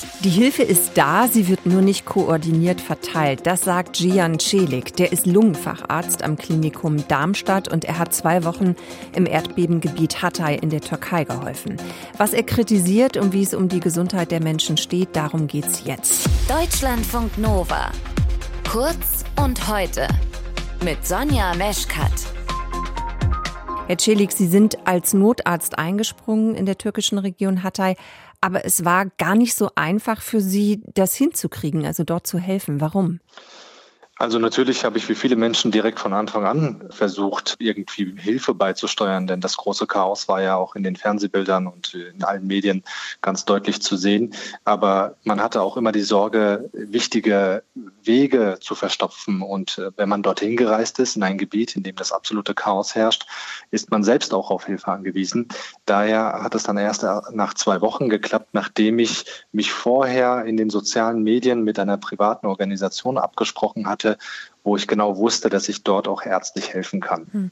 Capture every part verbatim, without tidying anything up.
Die Hilfe ist da, sie wird nur nicht koordiniert verteilt. Das sagt Cihan Celik. Der ist Lungenfacharzt am Klinikum Darmstadt und er hat zwei Wochen im Erdbebengebiet Hatay in der Türkei geholfen. Was er kritisiert und wie es um die Gesundheit der Menschen steht, darum geht's jetzt. Deutschlandfunk Nova. Kurz und heute. Mit Sonja Meschkat. Herr Celik, Sie sind als Notarzt eingesprungen in der türkischen Region Hatay. Aber es war gar nicht so einfach für Sie, das hinzukriegen, also dort zu helfen. Warum? Also natürlich habe ich wie viele Menschen direkt von Anfang an versucht, irgendwie Hilfe beizusteuern, denn das große Chaos war ja auch in den Fernsehbildern und in allen Medien ganz deutlich zu sehen. Aber man hatte auch immer die Sorge, wichtige Wege zu verstopfen. Und wenn man dorthin gereist ist, in ein Gebiet, in dem das absolute Chaos herrscht, ist man selbst auch auf Hilfe angewiesen. Daher hat es dann erst nach zwei Wochen geklappt, nachdem ich mich vorher in den sozialen Medien mit einer privaten Organisation abgesprochen hatte, wo ich genau wusste, dass ich dort auch ärztlich helfen kann.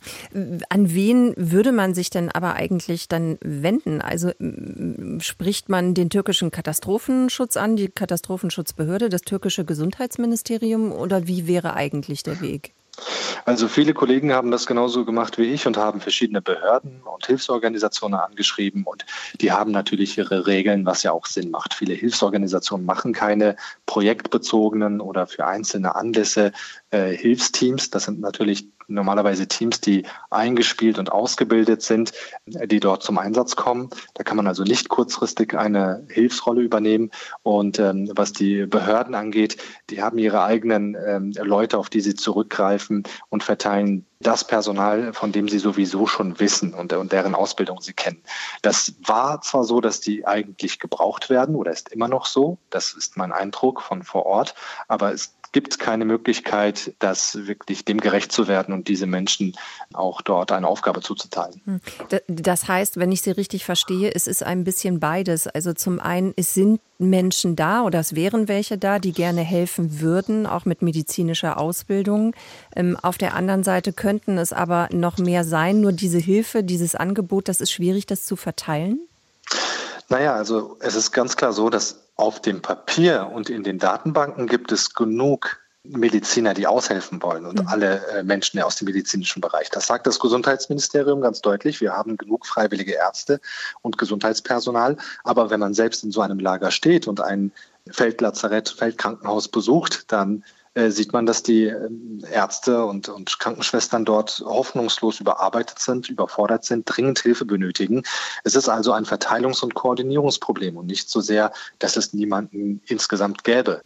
An wen würde man sich denn aber eigentlich dann wenden? Also spricht man den türkischen Katastrophenschutz an, die Katastrophenschutzbehörde, das türkische Gesundheitsministerium oder wie wäre eigentlich der Weg? Also viele Kollegen haben das genauso gemacht wie ich und haben verschiedene Behörden und Hilfsorganisationen angeschrieben und die haben natürlich ihre Regeln, was ja auch Sinn macht. Viele Hilfsorganisationen machen keine projektbezogenen oder für einzelne Anlässe äh, Hilfsteams. Das sind natürlich normalerweise Teams, die eingespielt und ausgebildet sind, die dort zum Einsatz kommen. Da kann man also nicht kurzfristig eine Hilfsrolle übernehmen. Und ähm, was die Behörden angeht, die haben ihre eigenen ähm, Leute, auf die sie zurückgreifen und verteilen das Personal, von dem sie sowieso schon wissen und, und deren Ausbildung sie kennen. Das war zwar so, dass die eigentlich gebraucht werden oder ist immer noch so. Das ist mein Eindruck von vor Ort. Aber es gibt keine Möglichkeit, das wirklich dem gerecht zu werden und diese Menschen auch dort eine Aufgabe zuzuteilen. Das heißt, wenn ich Sie richtig verstehe, es ist ein bisschen beides. Also zum einen, es sind Menschen da oder es wären welche da, die gerne helfen würden, auch mit medizinischer Ausbildung. Auf der anderen Seite könnten es aber noch mehr sein. Nur diese Hilfe, dieses Angebot, das ist schwierig, das zu verteilen? Naja, also es ist ganz klar so, dass auf dem Papier und in den Datenbanken gibt es genug Mediziner, die aushelfen wollen und mhm. alle äh, Menschen aus dem medizinischen Bereich. Das sagt das Gesundheitsministerium ganz deutlich. Wir haben genug freiwillige Ärzte und Gesundheitspersonal. Aber wenn man selbst in so einem Lager steht und ein Feldlazarett, Feldkrankenhaus besucht, dann äh, sieht man, dass die äh, Ärzte und, und Krankenschwestern dort hoffnungslos überarbeitet sind, überfordert sind, dringend Hilfe benötigen. Es ist also ein Verteilungs- und Koordinierungsproblem und nicht so sehr, dass es niemanden insgesamt gäbe.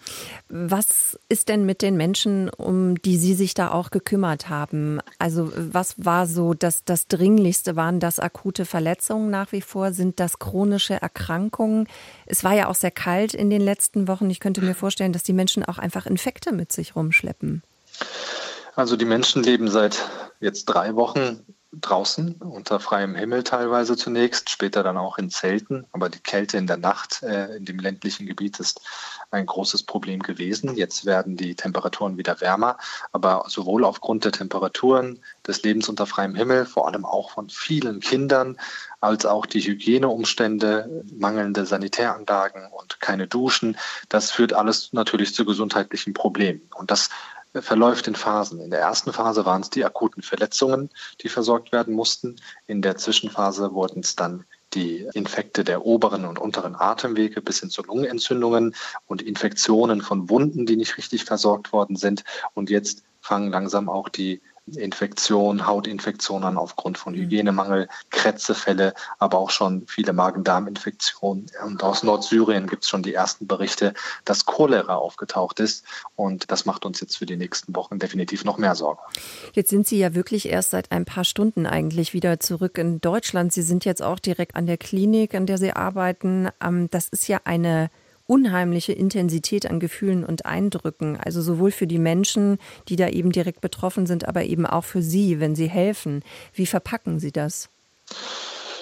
Was ist denn mit den Menschen, um die Sie sich da auch gekümmert haben? Also was war so das, das Dringlichste? Waren das akute Verletzungen nach wie vor? Sind das chronische Erkrankungen? Es war ja auch sehr kalt in den letzten Wochen. Ich könnte mir vorstellen, dass die Menschen auch einfach Infekte mit sich rumschleppen. Also die Menschen leben seit jetzt drei Wochen draußen, unter freiem Himmel teilweise zunächst, später dann auch in Zelten. Aber die Kälte in der Nacht äh, in dem ländlichen Gebiet ist ein großes Problem gewesen. Jetzt werden die Temperaturen wieder wärmer, aber sowohl aufgrund der Temperaturen, des Lebens unter freiem Himmel, vor allem auch von vielen Kindern, als auch die Hygieneumstände, mangelnde Sanitäranlagen und keine Duschen, das führt alles natürlich zu gesundheitlichen Problemen. Und das verläuft in Phasen. In der ersten Phase waren es die akuten Verletzungen, die versorgt werden mussten. In der Zwischenphase wurden es dann die Infekte der oberen und unteren Atemwege bis hin zu Lungenentzündungen und Infektionen von Wunden, die nicht richtig versorgt worden sind. Und jetzt fangen langsam auch die Infektionen, Hautinfektionen an aufgrund von Hygienemangel, Krätzefälle, aber auch schon viele Magen-Darm-Infektionen. Und aus Nordsyrien gibt es schon die ersten Berichte, dass Cholera aufgetaucht ist. Und das macht uns jetzt für die nächsten Wochen definitiv noch mehr Sorgen. Jetzt sind Sie ja wirklich erst seit ein paar Stunden eigentlich wieder zurück in Deutschland. Sie sind jetzt auch direkt an der Klinik, an der Sie arbeiten. Das ist ja eine unheimliche Intensität an Gefühlen und Eindrücken. Also sowohl für die Menschen, die da eben direkt betroffen sind, aber eben auch für Sie, wenn Sie helfen. Wie verpacken Sie das?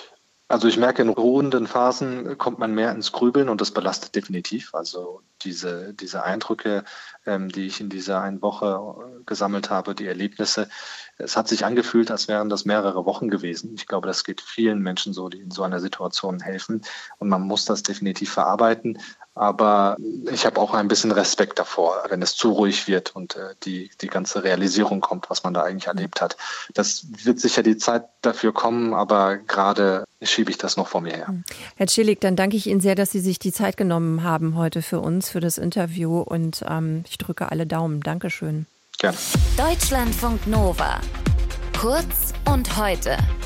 Also ich merke, in ruhenden Phasen kommt man mehr ins Grübeln und das belastet definitiv. Also diese, diese Eindrücke, ähm, die ich in dieser einen Woche gesammelt habe, die Erlebnisse, es hat sich angefühlt, als wären das mehrere Wochen gewesen. Ich glaube, das geht vielen Menschen so, die in so einer Situation helfen und man muss das definitiv verarbeiten. Aber ich habe auch ein bisschen Respekt davor, wenn es zu ruhig wird und äh, die, die ganze Realisierung kommt, was man da eigentlich erlebt hat. Das wird sicher die Zeit dafür kommen, aber gerade schiebe ich das noch vor mir her. Herr Celik, dann danke ich Ihnen sehr, dass Sie sich die Zeit genommen haben heute für uns, für das Interview und ähm, ich drücke alle Daumen. Dankeschön. Gerne. Deutschlandfunk Nova. Kurz und heute.